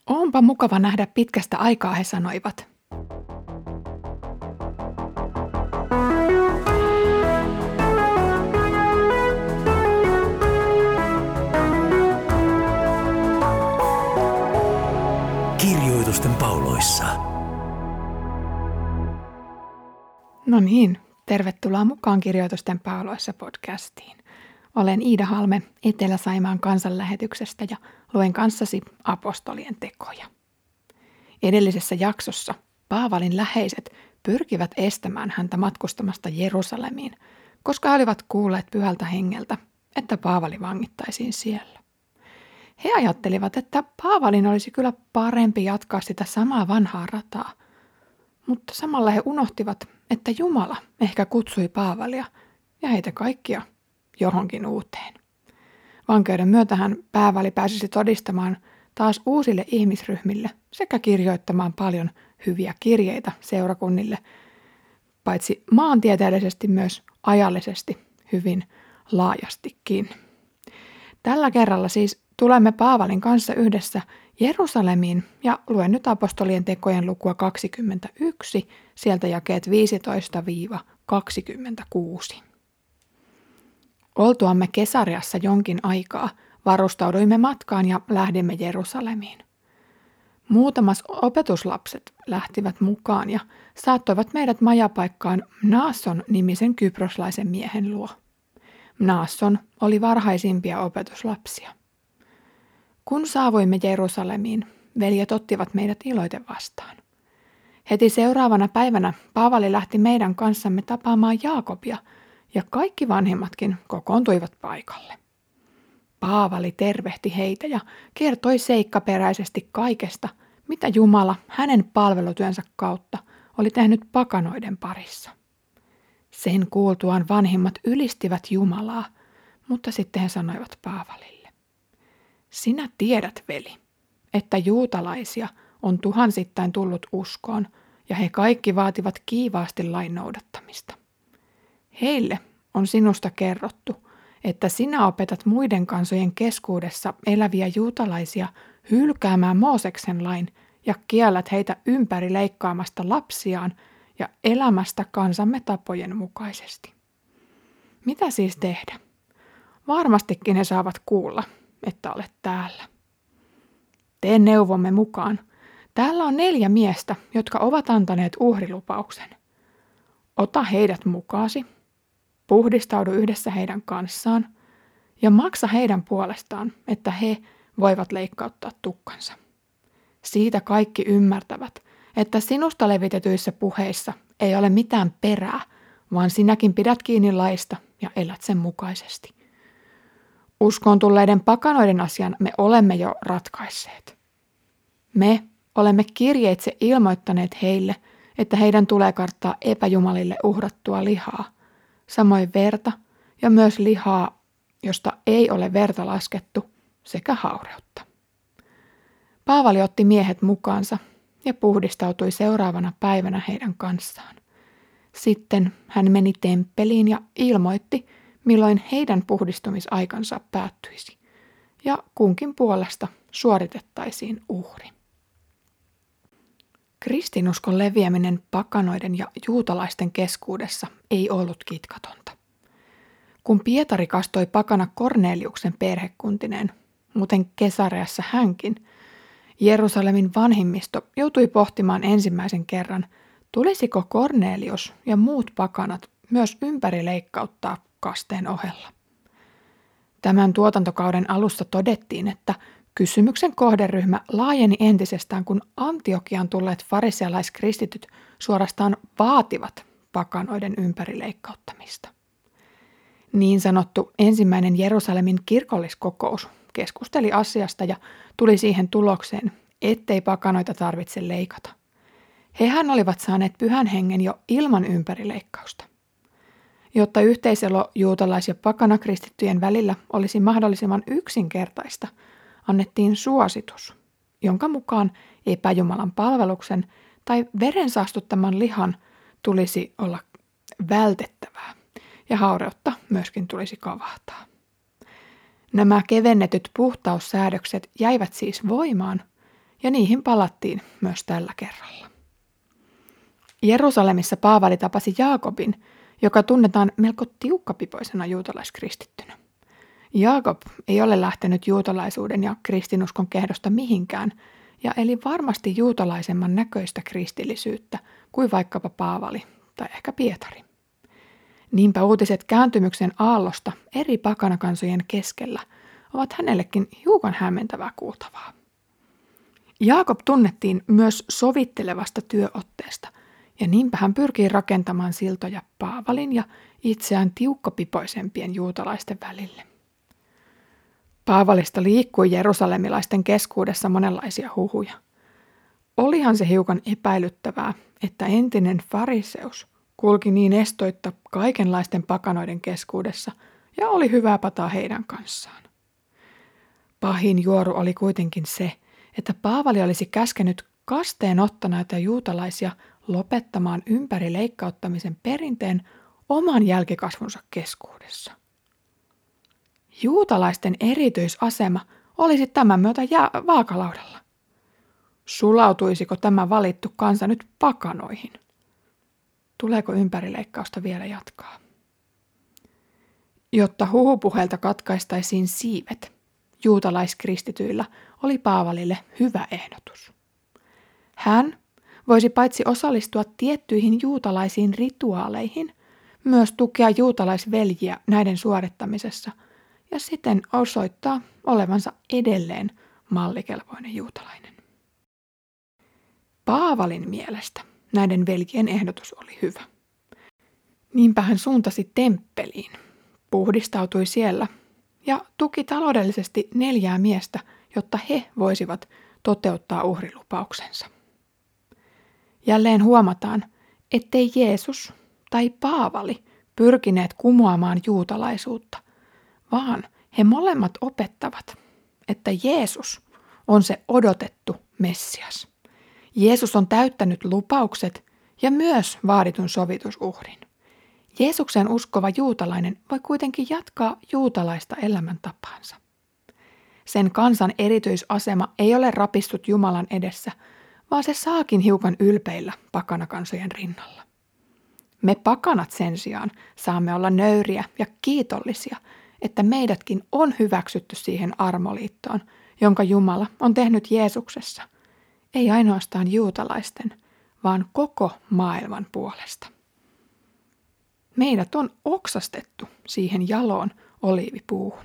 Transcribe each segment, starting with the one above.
Onpa mukava nähdä pitkästä aikaa, he sanoivat. Kirjoitusten pauloissa. No niin, tervetuloa mukaan Kirjoitusten pauloissa podcastiin. Olen Iida Halme Etelä-Saimaan kansanlähetyksestä ja luen kanssasi apostolien tekoja. Edellisessä jaksossa Paavalin läheiset pyrkivät estämään häntä matkustamasta Jerusalemiin, koska he olivat kuulleet Pyhältä Hengeltä, että Paavali vangittaisiin siellä. He ajattelivat, että Paavalin olisi kyllä parempi jatkaa sitä samaa vanhaa rataa, mutta samalla he unohtivat, että Jumala ehkä kutsui Paavalia ja heitä kaikkia johonkin uuteen. Vankeuden myötähän Paavali pääsisi todistamaan taas uusille ihmisryhmille sekä kirjoittamaan paljon hyviä kirjeitä seurakunnille, paitsi maantieteellisesti myös ajallisesti hyvin laajastikin. Tällä kerralla siis tulemme Paavalin kanssa yhdessä Jerusalemiin ja luen nyt apostolien tekojen lukua 21, sieltä jakeet 15-26. Oltuamme Kesareassa jonkin aikaa, varustauduimme matkaan ja lähdimme Jerusalemiin. Muutamat opetuslapset lähtivät mukaan ja saattoivat meidät majapaikkaan Mnason-nimisen kyproslaisen miehen luo. Mnason oli varhaisimpia opetuslapsia. Kun saavuimme Jerusalemiin, veljet ottivat meidät iloiten vastaan. Heti seuraavana päivänä Paavali lähti meidän kanssamme tapaamaan Jaakobia, ja kaikki vanhemmatkin kokoontuivat paikalle. Paavali tervehti heitä ja kertoi seikkaperäisesti kaikesta, mitä Jumala hänen palvelutyönsä kautta oli tehnyt pakanoiden parissa. Sen kuultuaan vanhimmat ylistivät Jumalaa, mutta sitten he sanoivat Paavalille: "Sinä tiedät, veli, että juutalaisia on tuhansittain tullut uskoon, ja he kaikki vaativat kiivaasti lain noudattamista. Heille on sinusta kerrottu, että sinä opetat muiden kansojen keskuudessa eläviä juutalaisia hylkäämään Mooseksen lain ja kiellät heitä ympäri leikkaamasta lapsiaan ja elämästä kansamme tapojen mukaisesti. Mitä siis tehdä? Varmastikin he saavat kuulla, että olet täällä. Tee neuvomme mukaan. Täällä on 4 miestä, jotka ovat antaneet uhrilupauksen. Ota heidät mukaasi, puhdistaudu yhdessä heidän kanssaan ja maksa heidän puolestaan, että he voivat leikkauttaa tukkansa. Siitä kaikki ymmärtävät, että sinusta levitetyissä puheissa ei ole mitään perää, vaan sinäkin pidät kiinni laista ja elät sen mukaisesti. Uskoon tulleiden pakanoiden asian me olemme jo ratkaisseet. Me olemme kirjeitse ilmoittaneet heille, että heidän tulee karttaa epäjumalille uhrattua lihaa, samoin verta ja myös lihaa, josta ei ole verta laskettu, sekä haureutta. Paavali otti miehet mukaansa ja puhdistautui seuraavana päivänä heidän kanssaan. Sitten hän meni temppeliin ja ilmoitti, milloin heidän puhdistumisaikansa päättyisi, ja kunkin puolesta suoritettaisiin uhri. Kristinuskon leviäminen pakanoiden ja juutalaisten keskuudessa ei ollut kitkatonta. Kun Pietari kastoi pakana Korneliuksen perhekuntineen, muuten Kesareassa hänkin, Jerusalemin vanhimmisto joutui pohtimaan ensimmäisen kerran, tulisiko Kornelius ja muut pakanat myös ympärileikkauttaa kasteen ohella. Tämän tuotantokauden alussa todettiin, että kysymyksen kohderyhmä laajeni entisestään, kun Antiokiaan tulleet farisealaiskristityt suorastaan vaativat pakanoiden ympärileikkauttamista. Niin sanottu ensimmäinen Jerusalemin kirkolliskokous keskusteli asiasta ja tuli siihen tulokseen, ettei pakanoita tarvitse leikata. Hehän olivat saaneet Pyhän Hengen jo ilman ympärileikkausta. Jotta yhteiselo juutalais- ja pakanakristittyjen välillä olisi mahdollisimman yksinkertaista, annettiin suositus, jonka mukaan epäjumalan palveluksen tai veren saastuttaman lihan tulisi olla vältettävää ja haureutta myöskin tulisi kavahtaa. Nämä kevennetyt puhtaussäädökset jäivät siis voimaan ja niihin palattiin myös tällä kerralla. Jerusalemissa Paavali tapasi Jaakobin, joka tunnetaan melko tiukkapipoisena juutalaiskristittynä. Jaakob ei ole lähtenyt juutalaisuuden ja kristinuskon kehdosta mihinkään ja eli varmasti juutalaisemman näköistä kristillisyyttä kuin vaikkapa Paavali tai ehkä Pietari. Niinpä uutiset kääntymyksen aallosta eri pakanakansojen keskellä ovat hänellekin hiukan hämmentävää kuultavaa. Jaakob tunnettiin myös sovittelevasta työotteesta, ja niinpä hän pyrkii rakentamaan siltoja Paavalin ja itseään tiukkapipoisempien juutalaisten välille. Paavalista liikkui jerusalemilaisten keskuudessa monenlaisia huhuja. Olihan se hiukan epäilyttävää, että entinen fariseus kulki niin estoitta kaikenlaisten pakanoiden keskuudessa ja oli hyvää pataa heidän kanssaan. Pahin juoru oli kuitenkin se, että Paavali olisi käskenyt kasteenottaneita juutalaisia lopettamaan ympärileikkauttamisen perinteen oman jälkikasvunsa keskuudessa. Juutalaisten erityisasema olisi tämän myötä vaakalaudalla. Sulautuisiko tämä valittu kansa nyt pakanoihin? Tuleeko ympärileikkausta vielä jatkaa? Jotta huhupuheelta katkaistaisiin siivet, juutalaiskristityillä oli Paavalille hyvä ehdotus. Hän voisi paitsi osallistua tiettyihin juutalaisiin rituaaleihin, myös tukea juutalaisveljiä näiden suorittamisessa ja siten osoittaa olevansa edelleen mallikelpoinen juutalainen. Paavalin mielestä näiden veljien ehdotus oli hyvä. Niinpä hän suuntasi temppeliin, puhdistautui siellä ja tuki taloudellisesti 4 miestä, jotta he voisivat toteuttaa uhrilupauksensa. Jälleen huomataan, ettei Jeesus tai Paavali pyrkineet kumoamaan juutalaisuutta, vaan he molemmat opettavat, että Jeesus on se odotettu Messias. Jeesus on täyttänyt lupaukset ja myös vaaditun sovitusuhrin. Jeesuksen uskova juutalainen voi kuitenkin jatkaa juutalaista elämäntapaansa. Sen kansan erityisasema ei ole rapistut Jumalan edessä, vaan se saakin hiukan ylpeillä pakanakansojen rinnalla. Me pakanat sen sijaan saamme olla nöyriä ja kiitollisia, että meidätkin on hyväksytty siihen armoliittoon, jonka Jumala on tehnyt Jeesuksessa, ei ainoastaan juutalaisten, vaan koko maailman puolesta. Meidät on oksastettu siihen jaloon oliivipuuhun.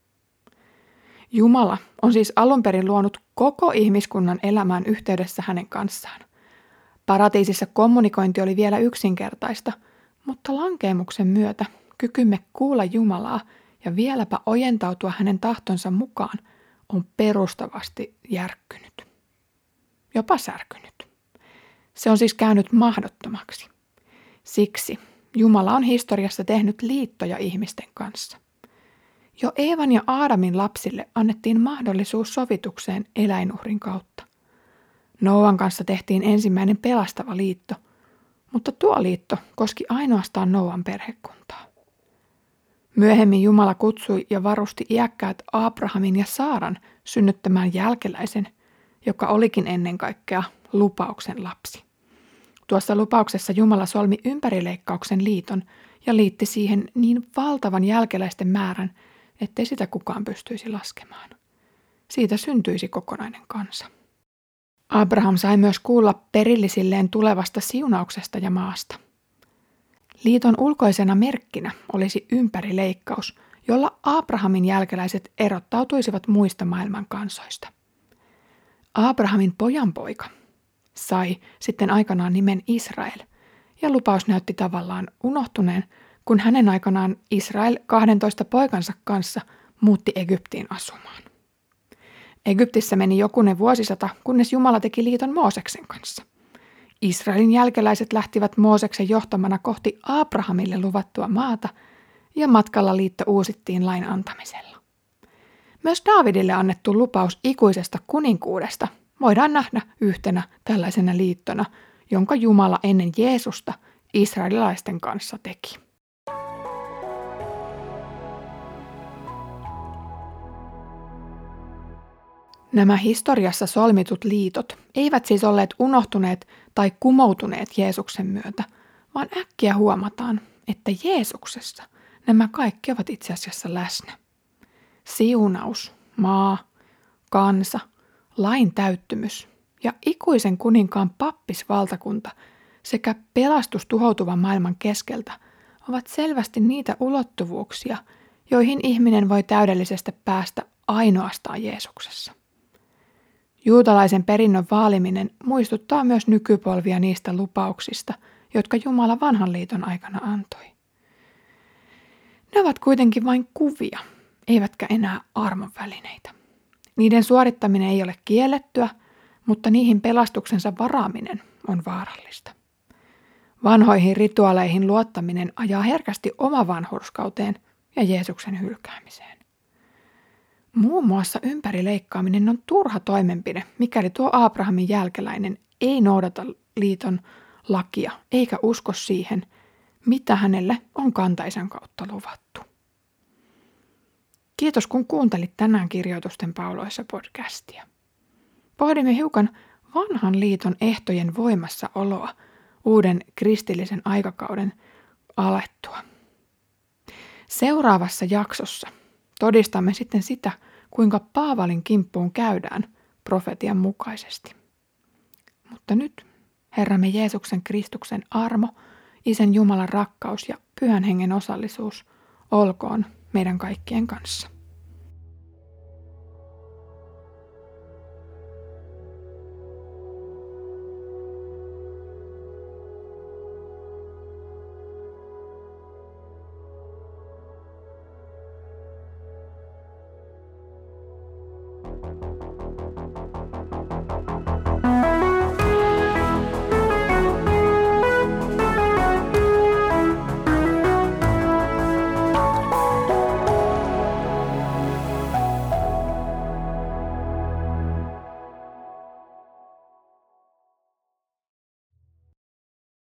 Jumala on siis alun perin luonut koko ihmiskunnan elämään yhteydessä hänen kanssaan. Paratiisissa kommunikointi oli vielä yksinkertaista, mutta lankeemuksen myötä kykymme kuulla Jumalaa ja vieläpä ojentautua hänen tahtonsa mukaan on perustavasti järkkynyt. Jopa särkynyt. Se on siis käynyt mahdottomaksi. Siksi Jumala on historiassa tehnyt liittoja ihmisten kanssa. Jo Eevan ja Aadamin lapsille annettiin mahdollisuus sovitukseen eläinuhrin kautta. Nooan kanssa tehtiin ensimmäinen pelastava liitto, mutta tuo liitto koski ainoastaan Nooan perhekuntaa. Myöhemmin Jumala kutsui ja varusti iäkkäät Abrahamin ja Saaran synnyttämään jälkeläisen, joka olikin ennen kaikkea lupauksen lapsi. Tuossa lupauksessa Jumala solmi ympärileikkauksen liiton ja liitti siihen niin valtavan jälkeläisten määrän, ettei sitä kukaan pystyisi laskemaan. Siitä syntyisi kokonainen kansa. Abraham sai myös kuulla perillisilleen tulevasta siunauksesta ja maasta. Liiton ulkoisena merkkinä olisi ympärileikkaus, jolla Abrahamin jälkeläiset erottautuisivat muista maailman kansoista. Abrahamin pojanpoika sai sitten aikanaan nimen Israel, ja lupaus näytti tavallaan unohtuneen, kun hänen aikanaan Israel 12 poikansa kanssa muutti Egyptiin asumaan. Egyptissä meni jokunen vuosisata, kunnes Jumala teki liiton Mooseksen kanssa. Israelin jälkeläiset lähtivät Mooseksen johtamana kohti Abrahamille luvattua maata, ja matkalla liitto uusittiin lain antamisella. Myös Daavidille annettu lupaus ikuisesta kuninkuudesta voidaan nähdä yhtenä tällaisena liittona, jonka Jumala ennen Jeesusta israelilaisten kanssa teki. Nämä historiassa solmitut liitot eivät siis olleet unohtuneet tai kumoutuneet Jeesuksen myötä, vaan äkkiä huomataan, että Jeesuksessa nämä kaikki ovat itse asiassa läsnä. Siunaus, maa, kansa, lain täyttymys ja ikuisen kuninkaan pappisvaltakunta sekä pelastus tuhoutuvan maailman keskeltä ovat selvästi niitä ulottuvuuksia, joihin ihminen voi täydellisesti päästä ainoastaan Jeesuksessa. Juutalaisen perinnön vaaliminen muistuttaa myös nykypolvia niistä lupauksista, jotka Jumala vanhan liiton aikana antoi. Ne ovat kuitenkin vain kuvia, eivätkä enää armon välineitä. Niiden suorittaminen ei ole kiellettyä, mutta niihin pelastuksensa varaaminen on vaarallista. Vanhoihin rituaaleihin luottaminen ajaa herkästi omavanhurskauteen ja Jeesuksen hylkäämiseen. Muun muassa ympärileikkaaminen on turha toimenpide, mikäli tuo Abrahamin jälkeläinen ei noudata liiton lakia eikä usko siihen, mitä hänelle on kantaisän kautta luvattu. Kiitos kun kuuntelit tänään Kirjoitusten pauloissa podcastia. Pohdimme hiukan vanhan liiton ehtojen voimassaoloa uuden kristillisen aikakauden alettua. Seuraavassa jaksossa todistamme sitten sitä, kuinka Paavalin kimppuun käydään profetian mukaisesti. Mutta nyt Herramme Jeesuksen Kristuksen armo, Isän Jumalan rakkaus ja Pyhän Hengen osallisuus olkoon meidän kaikkien kanssa.